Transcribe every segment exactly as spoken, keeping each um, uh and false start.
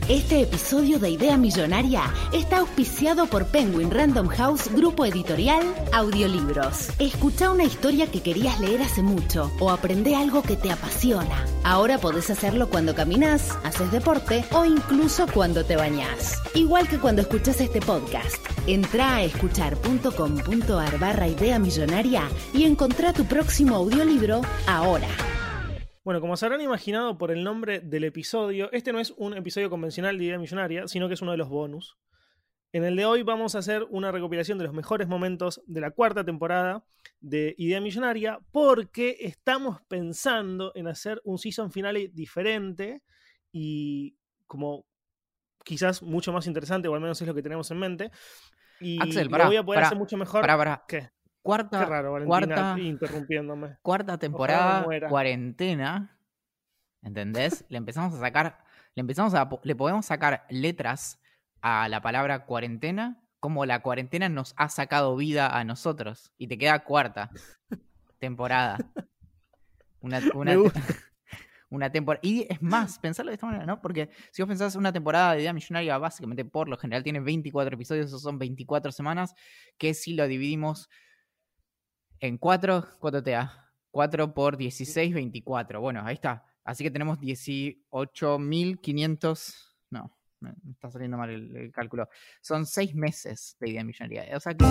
Este episodio de Idea Millonaria está auspiciado por Penguin Random House, grupo editorial Audiolibros. Escucha una historia que querías leer hace mucho o aprende algo que te apasiona. Ahora podés hacerlo cuando caminás, haces deporte o incluso cuando te bañás. Igual que cuando escuchás este podcast. Entrá a escuchar.com.ar barra Idea Millonaria y encontrá tu próximo audiolibro ahora. Bueno, como se habrán imaginado por el nombre del episodio, este no es un episodio convencional de Idea Millonaria, sino que es uno de los bonus. En el de hoy vamos a hacer una recopilación de los mejores momentos de la cuarta temporada de Idea Millonaria, porque estamos pensando en hacer un season finale diferente y como quizás mucho más interesante, o al menos es lo que tenemos en mente. Y Axel, pará, lo voy a poder pará, hacer mucho mejor. Pará, pará. ¿Qué? Cuarta, Qué raro, Valentina, cuarta, interrumpiéndome. Cuarta temporada, muera. cuarentena, ¿entendés? Le empezamos a sacar, le empezamos a, le podemos sacar letras a la palabra cuarentena, como la cuarentena nos ha sacado vida a nosotros. Y te queda cuarta temporada. Una, una, una temporada. Y es más, pensarlo de esta manera, ¿no? Porque si vos pensás una temporada de Idea Millonaria, básicamente por lo general tiene veinticuatro episodios, esos son veinticuatro semanas, que si lo dividimos en cuatro, ¿cuánto te da? cuatro por dieciséis, veinticuatro. Bueno, ahí está. Así que tenemos dieciocho mil quinientos... No, me está saliendo mal el, el cálculo. Son seis meses de Idea Millonaria. O sea que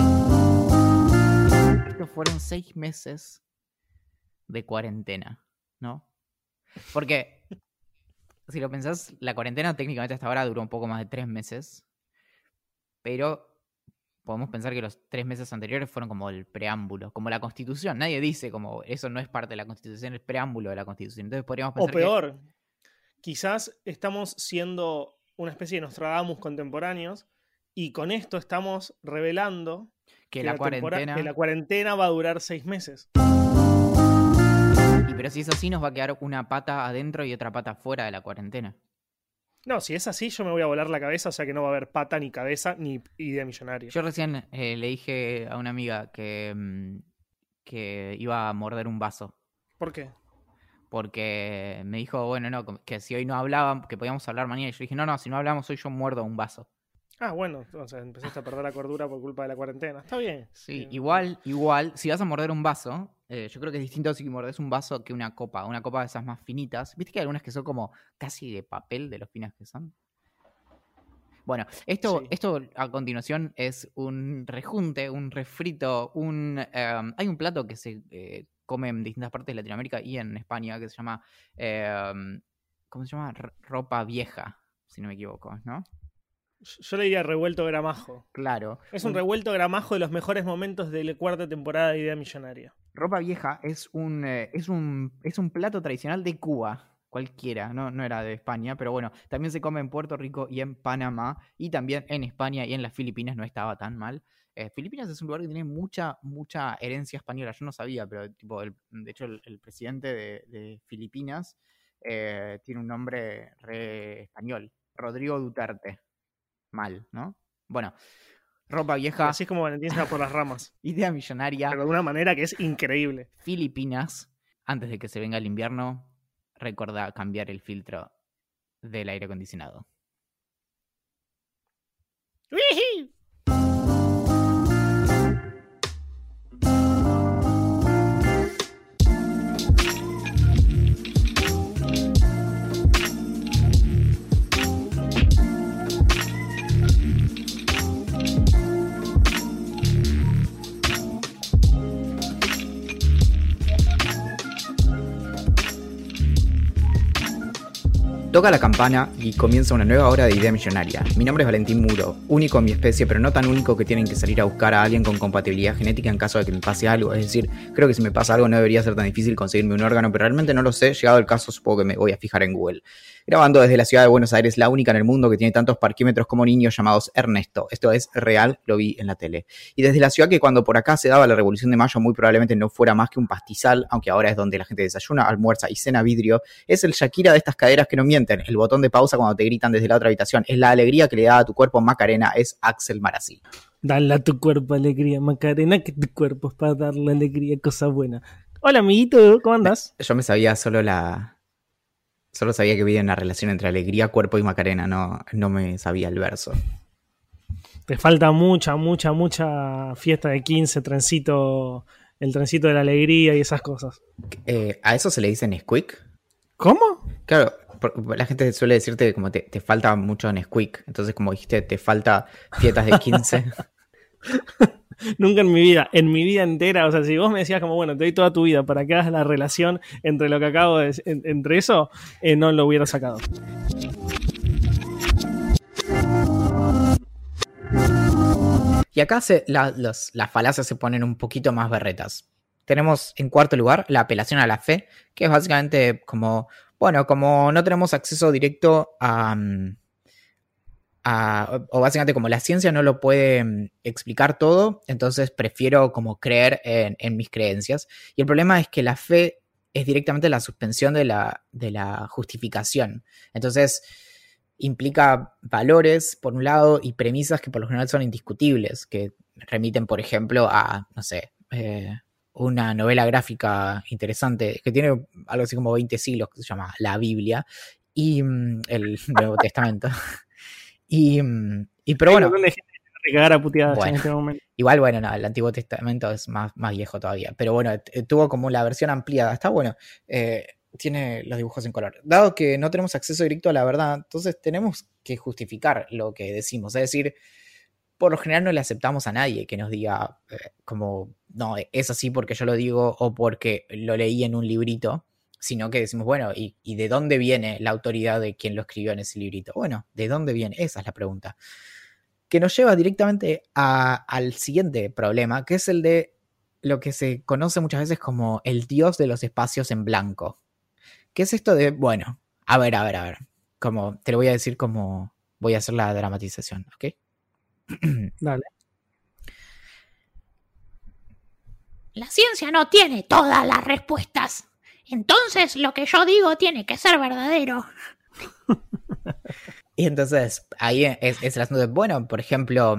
estos fueron seis meses de cuarentena, ¿no? Porque si lo pensás, la cuarentena técnicamente hasta ahora duró un poco más de tres meses. Pero podemos pensar que los tres meses anteriores fueron como el preámbulo, como la Constitución. Nadie dice como eso no es parte de la Constitución, es el preámbulo de la Constitución. Entonces podríamos pensar O peor, que... quizás estamos siendo una especie de Nostradamus contemporáneos y con esto estamos revelando que, que, la, la cuarentena... que la cuarentena va a durar seis meses. Y pero si es así, nos va a quedar una pata adentro y otra pata fuera de la cuarentena. No, si es así, yo me voy a volar la cabeza, o sea que no va a haber pata, ni cabeza, ni Idea Millonaria. Yo recién eh, le dije a una amiga que, mmm, que iba a morder un vaso. ¿Por qué? Porque me dijo, bueno, no, que si hoy no hablaban, que podíamos hablar mañana. Y yo dije, no, no, si no hablamos hoy yo muerdo un vaso. Ah, bueno, o sea, empezaste a perder la cordura por culpa de la cuarentena. Está bien. Sí, sí. igual, igual, si vas a morder un vaso, eh, yo creo que es distinto si mordes un vaso que una copa. Una copa de esas más finitas. ¿Viste que hay algunas que son como casi de papel de los finas que son? Bueno, esto, Sí. esto a continuación es un rejunte, un refrito, un um, hay un plato que se eh, come en distintas partes de Latinoamérica y en España que se llama, eh, ¿cómo se llama? R- ropa vieja, si no me equivoco, ¿no? Yo le diría revuelto gramajo. Claro. Es un revuelto gramajo de los mejores momentos de la cuarta temporada de Idea Millonaria. Ropa vieja es un, eh, es un, es un plato tradicional de Cuba. Cualquiera, no, no era de España, pero bueno, también se come en Puerto Rico y en Panamá, y también en España y en las Filipinas, no estaba tan mal. Eh, Filipinas es un lugar que tiene mucha, mucha herencia española, yo no sabía, pero tipo, el, de hecho el, el presidente de, de Filipinas eh, tiene un nombre re español, Rodrigo Duterte. Mal, ¿no? Bueno, ropa vieja. Y así es como Valentín se va por las ramas. Idea Millonaria. Pero de una manera que es increíble. Filipinas, antes de que se venga el invierno, recuerda cambiar el filtro del aire acondicionado. ¡Wii! Toca la campana y comienza una nueva hora de Idea Millonaria. Mi nombre es Valentín Muro, único en mi especie, pero no tan único que tienen que salir a buscar a alguien con compatibilidad genética en caso de que me pase algo. Es decir, creo que si me pasa algo no debería ser tan difícil conseguirme un órgano, pero realmente no lo sé. Llegado el caso, supongo que me voy a fijar en Google. Grabando desde la ciudad de Buenos Aires, la única en el mundo que tiene tantos parquímetros como niños llamados Ernesto. Esto es real, lo vi en la tele. Y desde la ciudad que cuando por acá se daba la Revolución de Mayo muy probablemente no fuera más que un pastizal, aunque ahora es donde la gente desayuna, almuerza y cena vidrio, es el Shakira de estas caderas que no mienten, el botón de pausa cuando te gritan desde la otra habitación, es la alegría que le da a tu cuerpo Macarena, es Axel Marazzi. Dale a tu cuerpo alegría, Macarena, que tu cuerpo es para darle alegría, cosa buena. Hola, amiguito, ¿cómo andás? Yo me sabía solo la... Solo sabía que había una relación entre alegría, cuerpo y Macarena, no, no me sabía el verso. Te falta mucha, mucha, mucha fiesta de quince, trencito, el trencito de la alegría y esas cosas. Eh, ¿A eso se le dice Nesquik? ¿Cómo? Claro, la gente suele decirte como te, te falta mucho Nesquik. Entonces, como dijiste, te falta fiestas de quince. Nunca en mi vida, en mi vida entera, o sea, si vos me decías como, bueno, te doy toda tu vida para que hagas la relación entre lo que acabo de en, entre eso, eh, no lo hubiera sacado. Y acá se, la, los, las falacias se ponen un poquito más berretas. Tenemos en cuarto lugar la apelación a la fe, que es básicamente como, bueno, como no tenemos acceso directo a... a o básicamente como la ciencia no lo puede explicar todo, entonces prefiero como creer en, en mis creencias. Y el problema es que la fe es directamente la suspensión de la, de la justificación. Entonces implica valores, por un lado, y premisas que por lo general son indiscutibles, que remiten, por ejemplo, a, no sé, eh, una novela gráfica interesante que tiene algo así como veinte siglos, que se llama La Biblia, y mm, el Nuevo Testamento. Y, y pero bueno, hay gente que cagar a puteadas bueno, en este momento. Igual, bueno, no, el Antiguo Testamento es más, más viejo todavía. Pero bueno, t- tuvo como la versión ampliada. Está bueno. Eh, tiene los dibujos en color. Dado que no tenemos acceso directo a la verdad, entonces tenemos que justificar lo que decimos. Es decir, por lo general no le aceptamos a nadie que nos diga eh, como, no, es así porque yo lo digo o porque lo leí en un librito, sino que decimos, bueno, ¿y, y de dónde viene la autoridad de quien lo escribió en ese librito? Bueno, ¿de dónde viene? Esa es la pregunta. Que nos lleva directamente a, al siguiente problema, que es el de lo que se conoce muchas veces como el dios de los espacios en blanco. ¿Qué es esto de, bueno, a ver, a ver, a ver, como te lo voy a decir como voy a hacer la dramatización, ¿ok? Dale. La ciencia no tiene todas las respuestas. Entonces lo que yo digo tiene que ser verdadero. Y entonces ahí es, es el asunto de, bueno, por ejemplo,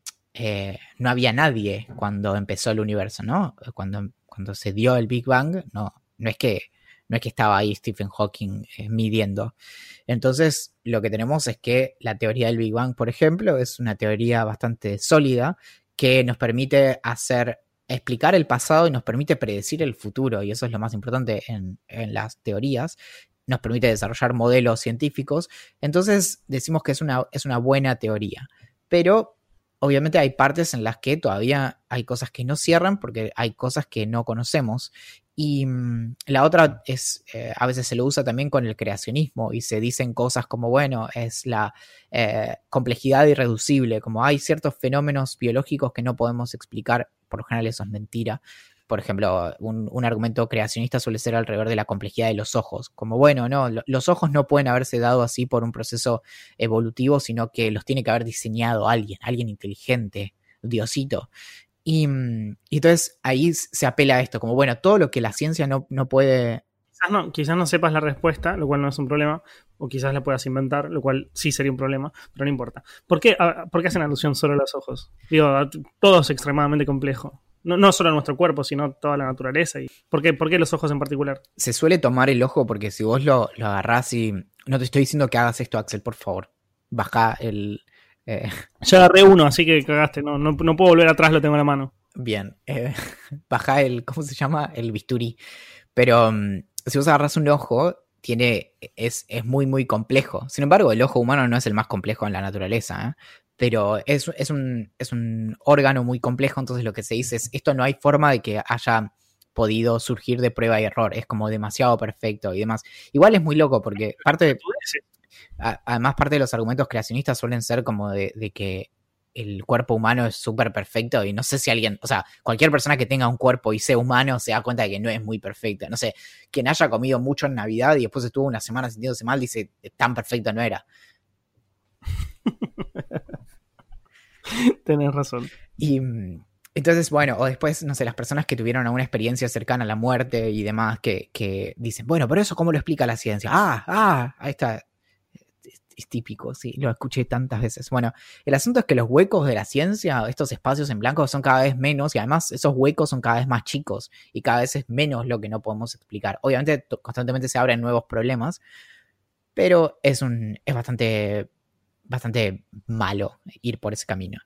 eh, no había nadie cuando empezó el universo, ¿no? Cuando, cuando se dio el Big Bang, no, no es que no es que estaba ahí Stephen Hawking eh, midiendo. Entonces, lo que tenemos es que la teoría del Big Bang, por ejemplo, es una teoría bastante sólida que nos permite hacer, explicar el pasado y nos permite predecir el futuro, y eso es lo más importante en, en las teorías. Nos permite desarrollar modelos científicos. Entonces, decimos que es una, es una buena teoría. Pero, obviamente, hay partes en las que todavía hay cosas que no cierran porque hay cosas que no conocemos. Y mmm, la otra es, eh, a veces se lo usa también con el creacionismo y se dicen cosas como, bueno, es la eh, complejidad irreducible, como hay ciertos fenómenos biológicos que no podemos explicar, por lo general eso es mentira. Por ejemplo, un, un argumento creacionista suele ser alrededor de la complejidad de los ojos, como, bueno, no, lo, los ojos no pueden haberse dado así por un proceso evolutivo, sino que los tiene que haber diseñado alguien, alguien inteligente, Diosito. Y, y entonces ahí se apela a esto, como bueno, todo lo que la ciencia no, no puede... Quizás no, quizás no sepas la respuesta, lo cual no es un problema, o quizás la puedas inventar, lo cual sí sería un problema, pero no importa. ¿Por qué, a, ¿por qué hacen alusión solo a los ojos? Digo, todo es extremadamente complejo. No, no solo nuestro cuerpo, sino toda la naturaleza. Y ¿por qué, ¿Por qué los ojos en particular? Se suele tomar el ojo porque si vos lo, lo agarrás y... No te estoy diciendo que hagas esto, Axel, por favor. Baja el... Eh... Ya agarré uno, así que cagaste. No, no, no puedo volver atrás, lo tengo en la mano. Bien. Eh, baja el... ¿Cómo se llama? El bisturí. Pero um, si vos agarrás un ojo, tiene, es, es muy, muy complejo. Sin embargo, el ojo humano no es el más complejo en la naturaleza, ¿eh? Pero es, es, un, es un órgano muy complejo, entonces lo que se dice es, esto no hay forma de que haya podido surgir de prueba y error, es como demasiado perfecto y demás. Igual es muy loco porque parte de, a, además parte de los argumentos creacionistas suelen ser como de, de que el cuerpo humano es súper perfecto y no sé si alguien, o sea, cualquier persona que tenga un cuerpo y sea humano se da cuenta de que no es muy perfecto. No sé, quien haya comido mucho en Navidad y después estuvo una semana sintiéndose mal dice, tan perfecto no era. Tenés razón. Y entonces, bueno, o después, no sé, las personas que tuvieron alguna experiencia cercana a la muerte y demás, que, que dicen, bueno, pero eso ¿cómo lo explica la ciencia? Ah, ah, ahí está. Es, es típico, sí, lo escuché tantas veces. Bueno, el asunto es que los huecos de la ciencia, estos espacios en blanco son cada vez menos y además esos huecos son cada vez más chicos y cada vez es menos lo que no podemos explicar. Obviamente constantemente se abren nuevos problemas, pero es, un, es bastante, bastante malo ir por ese camino.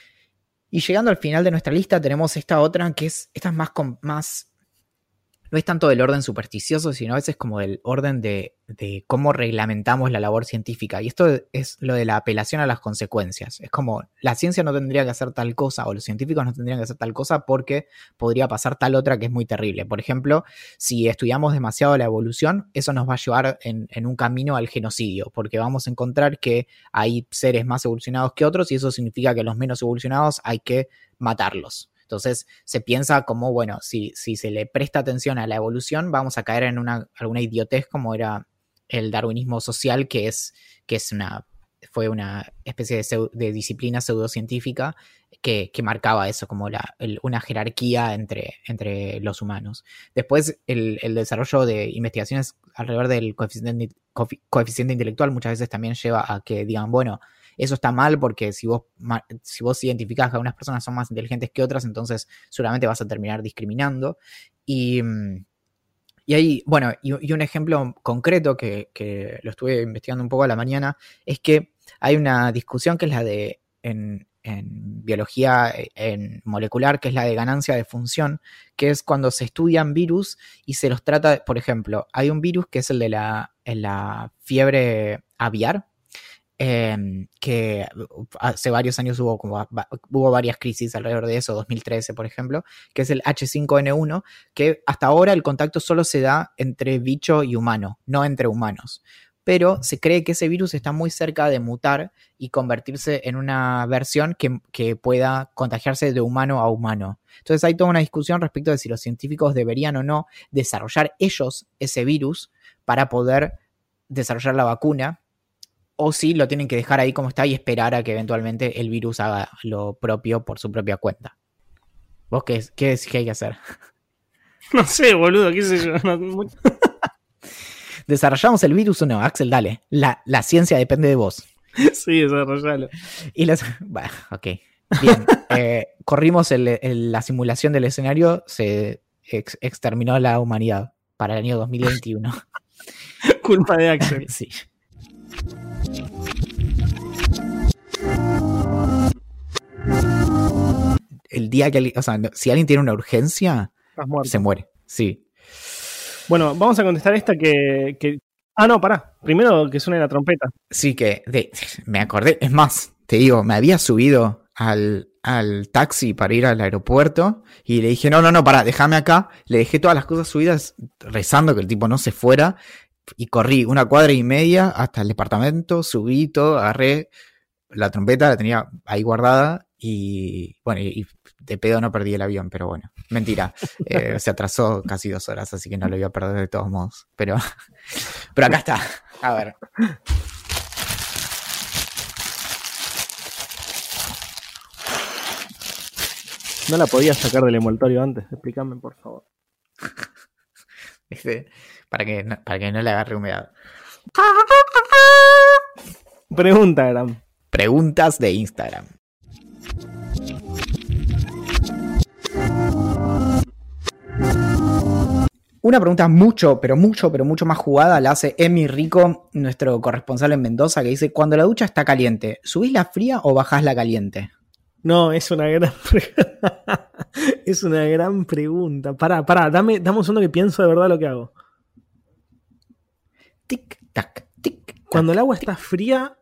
Y llegando al final de nuestra lista tenemos esta otra que es, esta es más, más no es tanto del orden supersticioso, sino a veces como del orden de, de cómo reglamentamos la labor científica. Y esto es lo de la apelación a las consecuencias. Es como la ciencia no tendría que hacer tal cosa o los científicos no tendrían que hacer tal cosa porque podría pasar tal otra que es muy terrible. Por ejemplo, si estudiamos demasiado la evolución, eso nos va a llevar en, en un camino al genocidio, porque vamos a encontrar que hay seres más evolucionados que otros y eso significa que los menos evolucionados hay que matarlos. Entonces se piensa como, bueno, si, si se le presta atención a la evolución, vamos a caer en una, alguna idiotez como era el darwinismo social, que es, que es una, fue una especie de, pseudo, de disciplina pseudocientífica que, que marcaba eso, como la, el, una jerarquía entre, entre los humanos. Después el, el desarrollo de investigaciones alrededor del coeficiente, coeficiente intelectual muchas veces también lleva a que digan, bueno, eso está mal porque si vos, si vos identificás que algunas personas son más inteligentes que otras, entonces seguramente vas a terminar discriminando. Y, y ahí, bueno, y, y un ejemplo concreto que, que lo estuve investigando un poco a la mañana es que hay una discusión que es la de, en, en biología en molecular, que es la de ganancia de función, que es cuando se estudian virus y se los trata, por ejemplo, hay un virus que es el de la, la fiebre aviar, Eh, que hace varios años hubo, como, hubo varias crisis alrededor de eso, dos mil trece por ejemplo, que es el hache cinco ene uno, que hasta ahora el contacto solo se da entre bicho y humano, no entre humanos. Pero se cree que ese virus está muy cerca de mutar y convertirse en una versión que, que pueda contagiarse de humano a humano. Entonces hay toda una discusión respecto de si los científicos deberían o no desarrollar ellos ese virus para poder desarrollar la vacuna, o si lo tienen que dejar ahí como está y esperar a que eventualmente el virus haga lo propio por su propia cuenta. ¿Vos qué, qué decís que hay que hacer? No sé, boludo, qué sé yo. No, ¿Desarrollamos el virus o no? Axel, dale. La, la ciencia depende de vos. Sí, desarrollalo. Y las... Bueno, ok. Bien. eh, corrimos el, el, la simulación del escenario. Se ex, exterminó la humanidad para el año dos mil veintiuno. Culpa de Axel. Sí. El día que, o sea, si alguien tiene una urgencia, se muere. Sí. Bueno, vamos a contestar esta que, que... Ah, no, pará. Primero que suene la trompeta. Sí, que de, me acordé. Es más, te digo, me había subido al, al taxi para ir al aeropuerto y le dije, no, no, no, pará, déjame acá. Le dejé todas las cosas subidas rezando que el tipo no se fuera y corrí una cuadra y media hasta el departamento, subí todo, agarré la trompeta, la tenía ahí guardada y bueno, y de pedo no perdí el avión, pero bueno, mentira, eh, se atrasó casi dos horas, así que no lo iba a perder de todos modos, pero, pero acá está, a ver. ¿No la podías sacar del envoltorio antes? Explícame, por favor. Este, para que no, para que no le agarre humedad. Pregunta, Gram. Preguntas de Instagram. Una pregunta mucho, pero mucho, pero mucho más jugada la hace Emi Rico, nuestro corresponsal en Mendoza, que dice, cuando la ducha está caliente, ¿subís la fría o bajás la caliente? No, es una gran pregunta. Es una gran pregunta. Pará, pará, dame, dame un segundo que pienso de verdad lo que hago. Tic, tac, tic, tac. Cuando el agua está fría...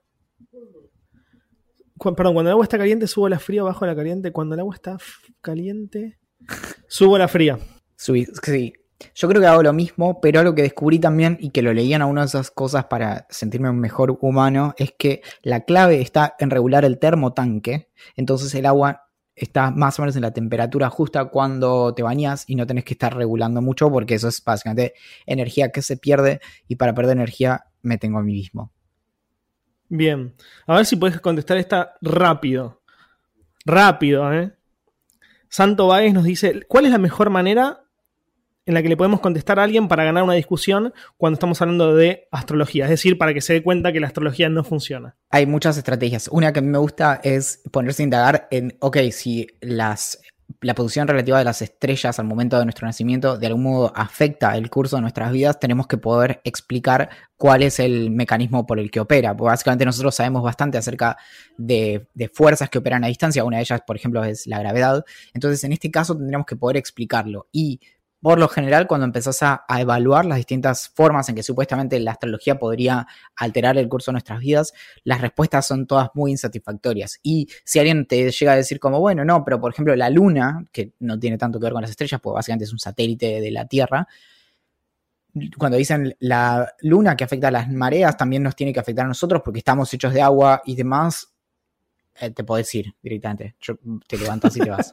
Cu- perdón, cuando el agua está caliente, subo la fría o bajo la caliente. Cuando el agua está f- caliente, subo la fría. Subí, sí. Yo creo que hago lo mismo, pero algo que descubrí también y que lo leí en algunas de esas cosas para sentirme un mejor humano es que la clave está en regular el termotanque. Entonces el agua está más o menos en la temperatura justa cuando te bañas y no tenés que estar regulando mucho porque eso es básicamente energía que se pierde y para perder energía me tengo a mí mismo. Bien. A ver si puedes contestar esta rápido. Rápido, ¿eh? Santo Báez nos dice, ¿cuál es la mejor manera en la que le podemos contestar a alguien para ganar una discusión cuando estamos hablando de astrología? Es decir, para que se dé cuenta que la astrología no funciona. Hay muchas estrategias. Una que a mí me gusta es ponerse a indagar en, ok, si las la posición relativa de las estrellas al momento de nuestro nacimiento de algún modo afecta el curso de nuestras vidas, tenemos que poder explicar cuál es el mecanismo por el que opera. Porque básicamente nosotros sabemos bastante acerca de, de fuerzas que operan a distancia. Una de ellas, por ejemplo, es la gravedad. Entonces, en este caso tendríamos que poder explicarlo. Y por lo general, cuando empezás a, a evaluar las distintas formas en que supuestamente la astrología podría alterar el curso de nuestras vidas, las respuestas son todas muy insatisfactorias. Y si alguien te llega a decir como, bueno, no, pero por ejemplo la luna, que no tiene tanto que ver con las estrellas, pues básicamente es un satélite de la Tierra, cuando dicen la luna que afecta a las mareas, también nos tiene que afectar a nosotros porque estamos hechos de agua y demás, eh, te podés ir directamente. Yo, te levantas y te vas.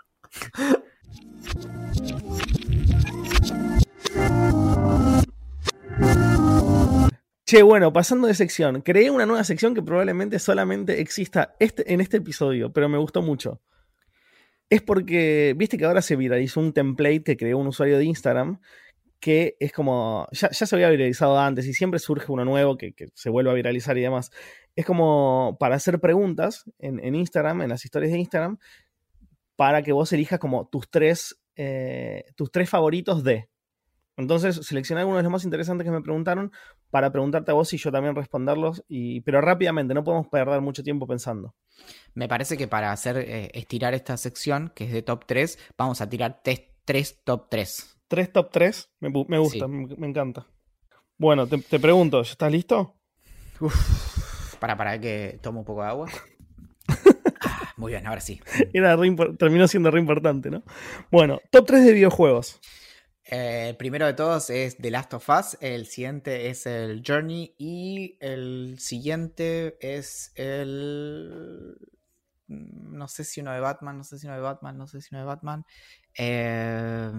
Che, bueno, pasando de sección, creé una nueva sección que probablemente solamente exista este, en este episodio, pero me gustó mucho. Es porque, viste que ahora se viralizó un template que creó un usuario de Instagram, que es como, ya, ya se había viralizado antes y siempre surge uno nuevo que, que se vuelve a viralizar y demás. Es como para hacer preguntas en, en Instagram, en las historias de Instagram, para que vos elijas como tus tres, eh, tus tres favoritos de... Entonces seleccioné algunos de los más interesantes que me preguntaron para preguntarte a vos y yo también responderlos, y, pero rápidamente, no podemos perder mucho tiempo pensando. Me parece que para hacer eh, estirar esta sección, que es de top tres, vamos a tirar tres top tres. ¿Tres top tres? Me, me gusta, sí. me, me encanta. Bueno, te, te pregunto, ¿estás listo? Uf, para, para que tome un poco de agua. Ah, muy bien, ahora sí. Era re, terminó siendo re importante, ¿no? Bueno, top tres de videojuegos. El primero de todos es The Last of Us, el siguiente es el Journey y el siguiente es el... No sé si uno de Batman, no sé si uno de Batman, no sé si uno de Batman. Eh...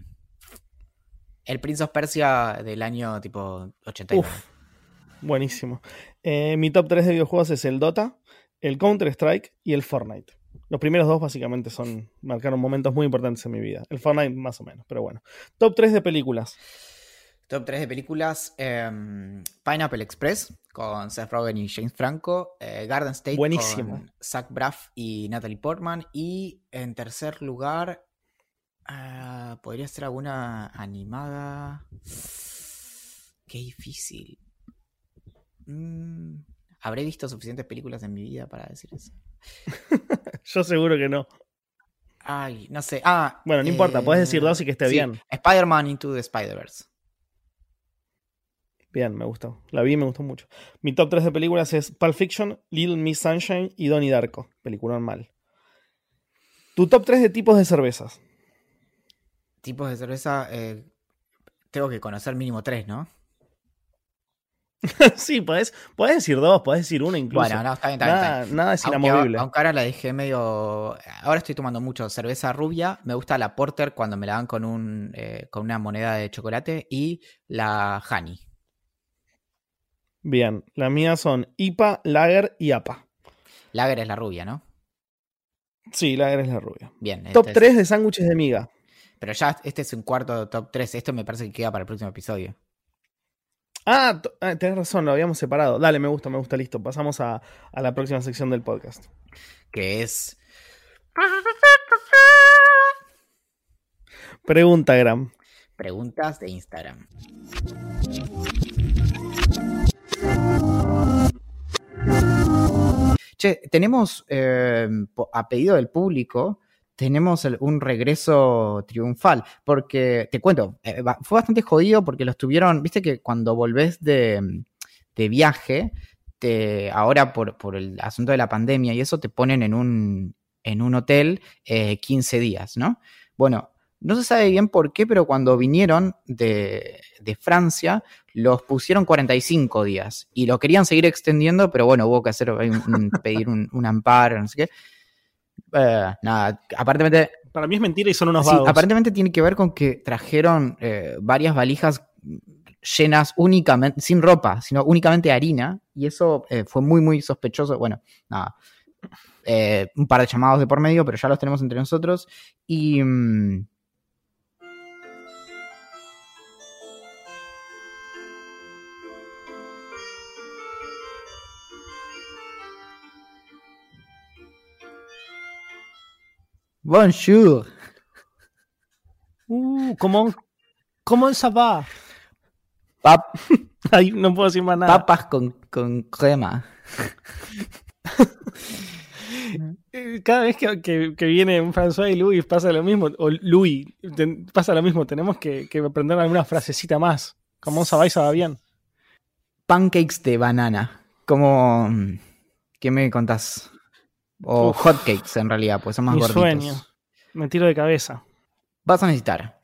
El Prince of Persia del año tipo ochenta y nueve. Uf, buenísimo. Eh, mi top tres de videojuegos es el Dota, el Counter-Strike y el Fortnite. Los primeros dos básicamente son marcaron momentos muy importantes en mi vida. El Fortnite más o menos, pero bueno. Top tres de películas. Top tres de películas. Eh, Pineapple Express con Seth Rogen y James Franco. Eh, Garden State Buenísimo. con Zach Braff y Natalie Portman. Y en tercer lugar, uh, podría ser alguna animada. Qué difícil. Mm, ¿Habré visto suficientes películas en mi vida para decir eso? Yo seguro que no. Ay, no sé. Ah, bueno, no eh, importa, podés decir dos y que esté sí. bien. Spider-Man Into the Spider-Verse. Bien, me gustó. La vi y me gustó mucho. Mi top tres de películas es Pulp Fiction, Little Miss Sunshine y Donnie Darko. Peliculón mal. Tu top tres de tipos de cervezas. Tipos de cerveza, eh, tengo que conocer mínimo tres, ¿no? Sí, podés, podés decir dos, podés decir una incluso. Bueno, no, está bien, está nada, bien. Está bien. Nada es aunque, inamovible. Aunque ahora la dejé medio... Ahora estoy tomando mucho cerveza rubia. Me gusta la Porter cuando me la dan con, un, eh, con una moneda de chocolate. Y la Honey. Bien, las mías son I P A, Lager y A P A. Lager es la rubia, ¿no? Sí, Lager es la rubia. Bien. Top este tres es... de sándwiches de miga. Pero ya este es un cuarto top tres. Esto me parece que queda para el próximo episodio. Ah, ah, tenés razón, lo habíamos separado. Dale, me gusta, me gusta, listo. Pasamos a, a la próxima sección del podcast. Que es... Preguntagram. Preguntas de Instagram. Che, tenemos, eh, a pedido del público, tenemos el, un regreso triunfal, porque, te cuento, eh, fue bastante jodido porque los tuvieron, viste que cuando volvés de, de viaje, te, ahora por, por el asunto de la pandemia y eso, te ponen en un, en un hotel eh, quince días, ¿no? Bueno, no se sabe bien por qué, pero cuando vinieron de, de Francia, los pusieron cuarenta y cinco días y lo querían seguir extendiendo, pero bueno, hubo que hacer un, un, pedir un, un amparo, no sé qué. Eh, nada, aparentemente... Para mí es mentira y son unos sí, vagos. Aparentemente tiene que ver con que trajeron eh, varias valijas llenas únicamente, sin ropa, sino únicamente harina, y eso eh, fue muy, muy sospechoso. Bueno, nada, eh, un par de llamados de por medio, pero ya los tenemos entre nosotros, y... Mmm, Bonjour. Uh, ¿cómo, cómo ça va? Pap- Ay, no puedo decir más nada. papas con, con crema. Eh, Cada vez que, que, que vienen François y Louis pasa lo mismo. O Louis, ten- pasa lo mismo. Tenemos que, que aprender alguna frasecita más. Como ça va y ça va bien. Pancakes de banana. Como... ¿Qué me contás? O Uf. hotcakes en realidad, pues son más Mi gorditos. sueño. Me tiro de cabeza. Vas a necesitar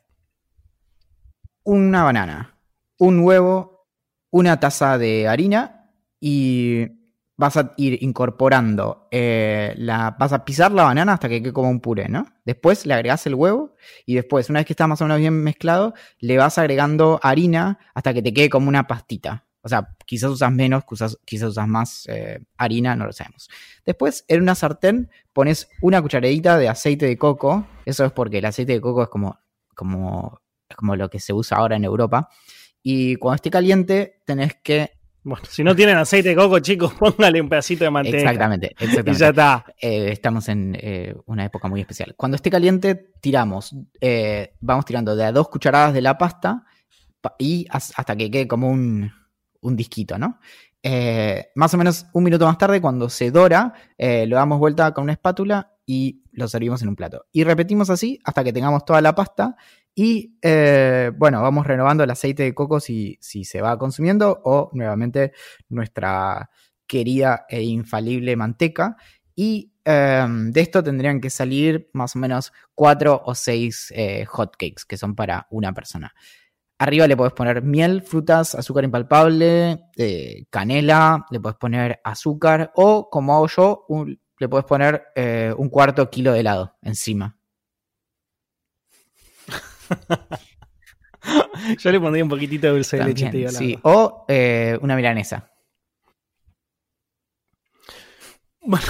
una banana, un huevo, una taza de harina y vas a ir incorporando eh, la, vas a pisar la banana hasta que quede como un puré, ¿no? Después le agregás el huevo y después, una vez que está más o menos bien mezclado, le vas agregando harina hasta que te quede como una pastita. O sea, quizás usas menos, quizás, quizás usas más eh, harina, no lo sabemos. Después, en una sartén pones una cucharadita de aceite de coco. Eso es porque el aceite de coco es como, como, es como lo que se usa ahora en Europa. Y cuando esté caliente, tenés que... Bueno, si no tienen aceite de coco, chicos, póngale un pedacito de manteca. Exactamente, exactamente. Y ya está. Eh, estamos en eh, una época muy especial. Cuando esté caliente, tiramos, eh, vamos tirando de a dos cucharadas de la pasta pa- y as- hasta que quede como un, un disquito, ¿no? Eh, más o menos un minuto más tarde, cuando se dora, eh, lo damos vuelta con una espátula y lo servimos en un plato. Y repetimos así hasta que tengamos toda la pasta. Y eh, bueno, vamos renovando el aceite de coco si, si se va consumiendo o nuevamente nuestra querida e infalible manteca. Y eh, de esto tendrían que salir más o menos cuatro o seis eh, hotcakes que son para una persona. Arriba le podés poner miel, frutas, azúcar impalpable, eh, canela, le podés poner azúcar o, como hago yo, un, le podés poner eh, un cuarto kilo de helado encima. Yo le pondría un poquitito de dulce de leche, También, te digo la sí. verdad. O eh, una milanesa. Bueno.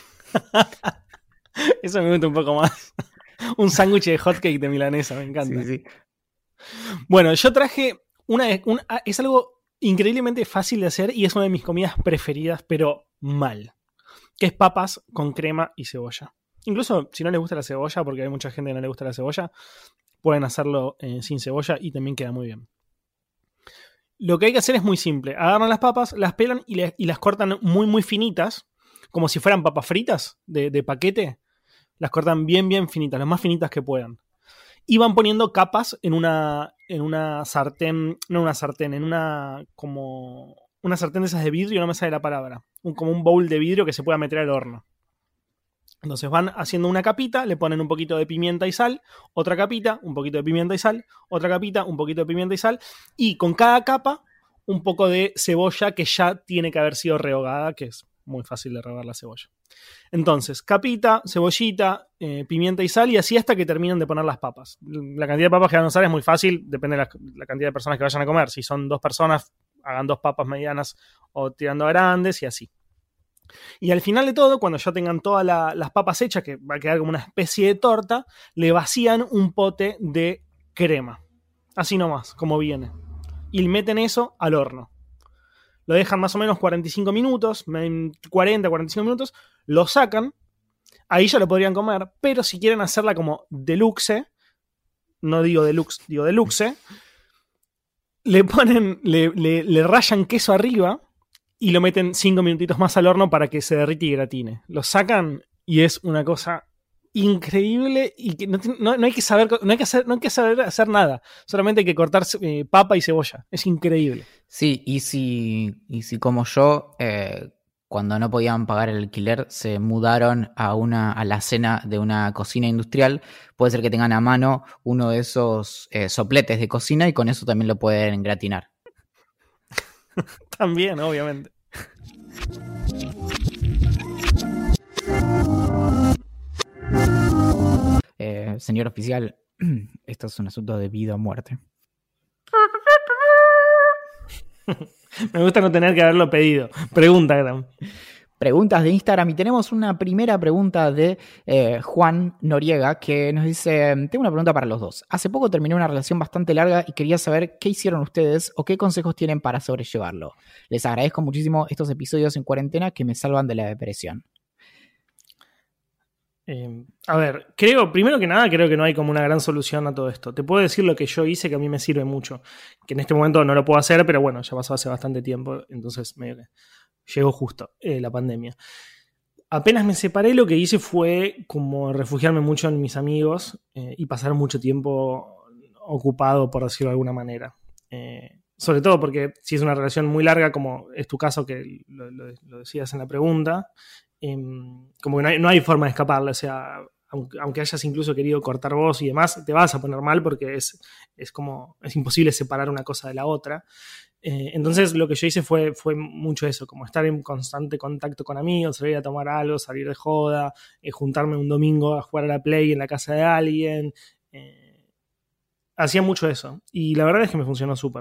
Eso me gusta un poco más. Un sándwich de hotcake de milanesa, me encanta. Sí, sí. Bueno, yo traje una, un- ah, es algo increíblemente fácil de hacer y es una de mis comidas preferidas, pero mal. Que es papas con crema y cebolla. Incluso si no les gusta la cebolla, porque hay mucha gente que no le gusta la cebolla, pueden hacerlo eh, sin cebolla y también queda muy bien. Lo que hay que hacer es muy simple. Agarran las papas, las pelan y, le- y las cortan muy muy finitas, como si fueran papas fritas de, de paquete. Las cortan bien bien finitas, las más finitas que puedan. Y van poniendo capas en una, en una sartén, no una sartén, en una como una sartén de esas de vidrio, no me sale la palabra, un, como un bowl de vidrio que se pueda meter al horno. Entonces van haciendo una capita, le ponen un poquito de pimienta y sal, otra capita, un poquito de pimienta y sal, otra capita, un poquito de pimienta y sal, y con cada capa un poco de cebolla que ya tiene que haber sido rehogada, que es muy fácil de rehogar la cebolla. Entonces, capita, cebollita, eh, pimienta y sal, y así hasta que terminen de poner las papas. La cantidad de papas que van a usar es muy fácil, depende de la, la cantidad de personas que vayan a comer. Si son dos personas, hagan dos papas medianas o tirando a grandes y así. Y al final de todo, cuando ya tengan todas la, las papas hechas, que va a quedar como una especie de torta, le vacían un pote de crema. Así nomás, como viene. Y meten eso al horno. Lo dejan más o menos cuarenta y cinco minutos, cuarenta, cuarenta y cinco minutos, lo sacan, ahí ya lo podrían comer, pero si quieren hacerla como deluxe, no digo deluxe, digo deluxe, le ponen, le, le, le rayan queso arriba y lo meten cinco minutitos más al horno para que se derrite y gratine. Lo sacan y es una cosa increíble y que no, no, no hay que saber no hay que hacer, no hay que saber hacer nada, solamente hay que cortar eh, papa y cebolla. Es increíble. Sí, y si, y si como yo, eh, cuando no podían pagar el alquiler, se mudaron a una a la cena de una cocina industrial, puede ser que tengan a mano uno de esos eh, sopletes de cocina y con eso también lo pueden gratinar. También, obviamente. Eh, señor oficial, esto es un asunto de vida o muerte. Me gusta no tener que haberlo pedido. Pregunta, Gram. Preguntas de Instagram y tenemos una primera pregunta de eh, Juan Noriega que nos dice, tengo una pregunta para los dos. Hace poco terminé una relación bastante larga y quería saber qué hicieron ustedes o qué consejos tienen para sobrellevarlo. Les agradezco muchísimo estos episodios en cuarentena que me salvan de la depresión. Eh, a ver, creo, primero que nada, creo que no hay como una gran solución a todo esto. Te puedo decir lo que yo hice que a mí me sirve mucho. Que en este momento no lo puedo hacer, pero bueno, ya pasó hace bastante tiempo, entonces medio que llegó justo eh, la pandemia. Apenas me separé, lo que hice fue como refugiarme mucho en mis amigos eh, y pasar mucho tiempo ocupado, por decirlo de alguna manera. Eh, sobre todo porque si es una relación muy larga, como es tu caso, que lo, lo, lo decías en la pregunta, eh, como que no hay, no hay forma de escaparle. O sea, aunque, aunque hayas incluso querido cortar vos y demás, te vas a poner mal porque es, es como es imposible separar una cosa de la otra. Eh, entonces lo que yo hice fue, fue mucho eso, como estar en constante contacto con amigos, salir a tomar algo, salir de joda, eh, juntarme un domingo a jugar a la Play en la casa de alguien. Eh, hacía mucho eso y la verdad es que me funcionó súper.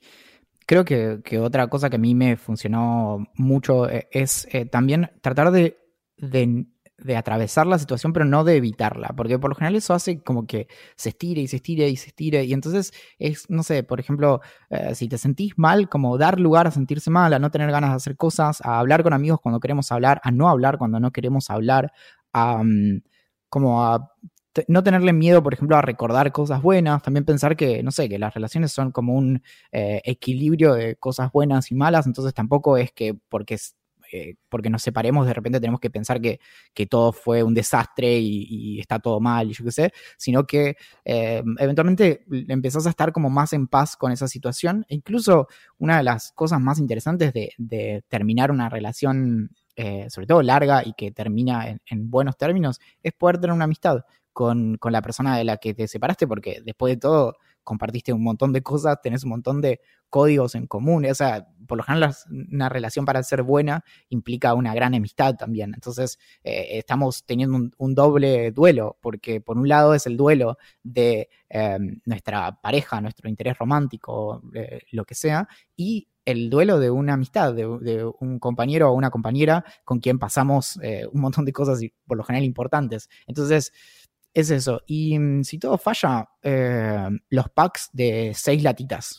Creo que, que otra cosa que a mí me funcionó mucho es eh, también tratar de, de, de atravesar la situación, pero no de evitarla, porque por lo general eso hace como que se estire y se estire y se estire, y entonces es, no sé, por ejemplo, eh, si te sentís mal, como dar lugar a sentirse mal, a no tener ganas de hacer cosas, a hablar con amigos cuando queremos hablar, a no hablar cuando no queremos hablar, a um, como a no tenerle miedo, por ejemplo, a recordar cosas buenas, también pensar que, no sé, que las relaciones son como un eh, equilibrio de cosas buenas y malas, entonces tampoco es que porque, eh, porque nos separemos de repente tenemos que pensar que, que todo fue un desastre y, y está todo mal y yo qué sé, sino que eh, eventualmente empezás a estar como más en paz con esa situación, e incluso una de las cosas más interesantes de, de terminar una relación, eh, sobre todo larga y que termina en, en buenos términos, es poder tener una amistad Con, con la persona de la que te separaste, porque después de todo compartiste un montón de cosas, tenés un montón de códigos en común, o sea, por lo general una relación para ser buena implica una gran amistad también, entonces eh, estamos teniendo un, un doble duelo, porque por un lado es el duelo de eh, nuestra pareja, nuestro interés romántico, eh, lo que sea, y el duelo de una amistad, de, de un compañero o una compañera con quien pasamos eh, un montón de cosas y por lo general importantes, entonces es eso. Y um, si todo falla, eh, los packs de seis latitas.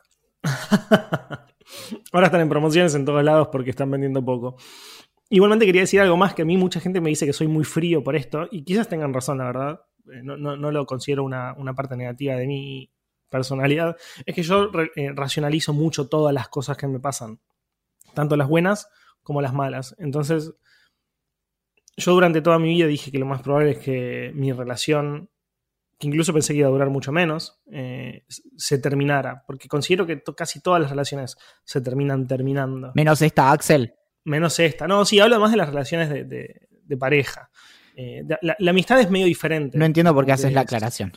Ahora están en promociones en todos lados porque están vendiendo poco. Igualmente quería decir algo más, que a mí mucha gente me dice que soy muy frío por esto, y quizás tengan razón, la verdad. No, no, no lo considero una, una parte negativa de mi personalidad. Es que yo eh, racionalizo mucho todas las cosas que me pasan, tanto las buenas como las malas. Entonces, yo durante toda mi vida dije que lo más probable es que mi relación, que incluso pensé que iba a durar mucho menos, eh, se terminara. Porque considero que to- casi todas las relaciones se terminan terminando. Menos esta, Axel. Menos esta. No, sí, hablo más de las relaciones de, de, de pareja. Eh, de, la, la amistad es medio diferente. No entiendo por qué haces de, la aclaración.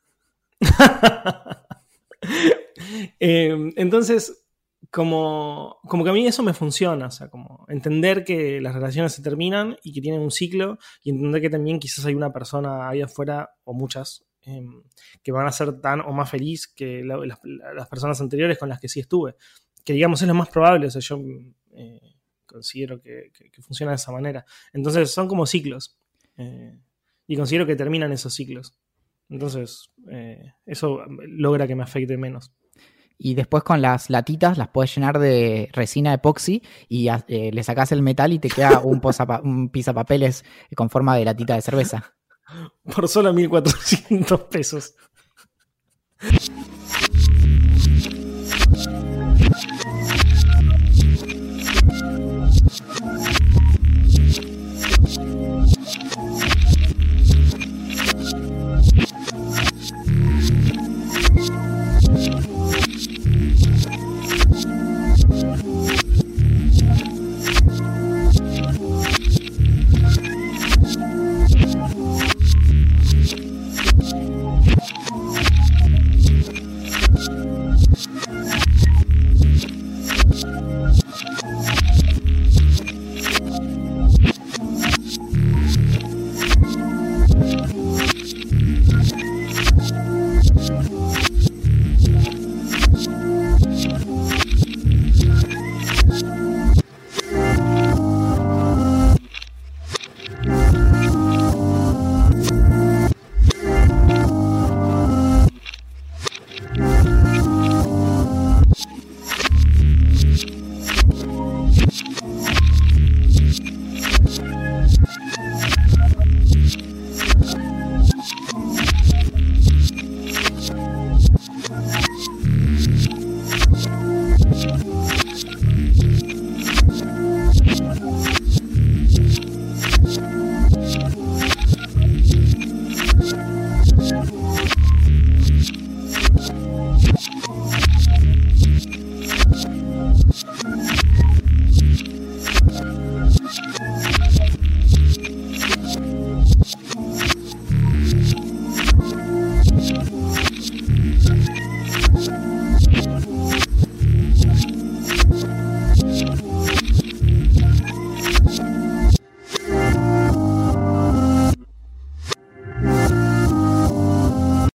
eh, entonces... Como, como que a mí eso me funciona, o sea, como entender que las relaciones se terminan y que tienen un ciclo, y entender que también quizás hay una persona ahí afuera, o muchas, eh, que van a ser tan o más feliz que la, las, las personas anteriores con las que sí estuve. Que digamos es lo más probable, o sea, yo eh, considero que, que, que funciona de esa manera. Entonces son como ciclos, eh, y considero que terminan esos ciclos. Entonces eh, eso logra que me afecte menos. Y después con las latitas las puedes llenar de resina epoxi y eh, le sacás el metal y te queda un, posapa- un pisapapeles con forma de latita de cerveza. Por solo mil cuatrocientos pesos.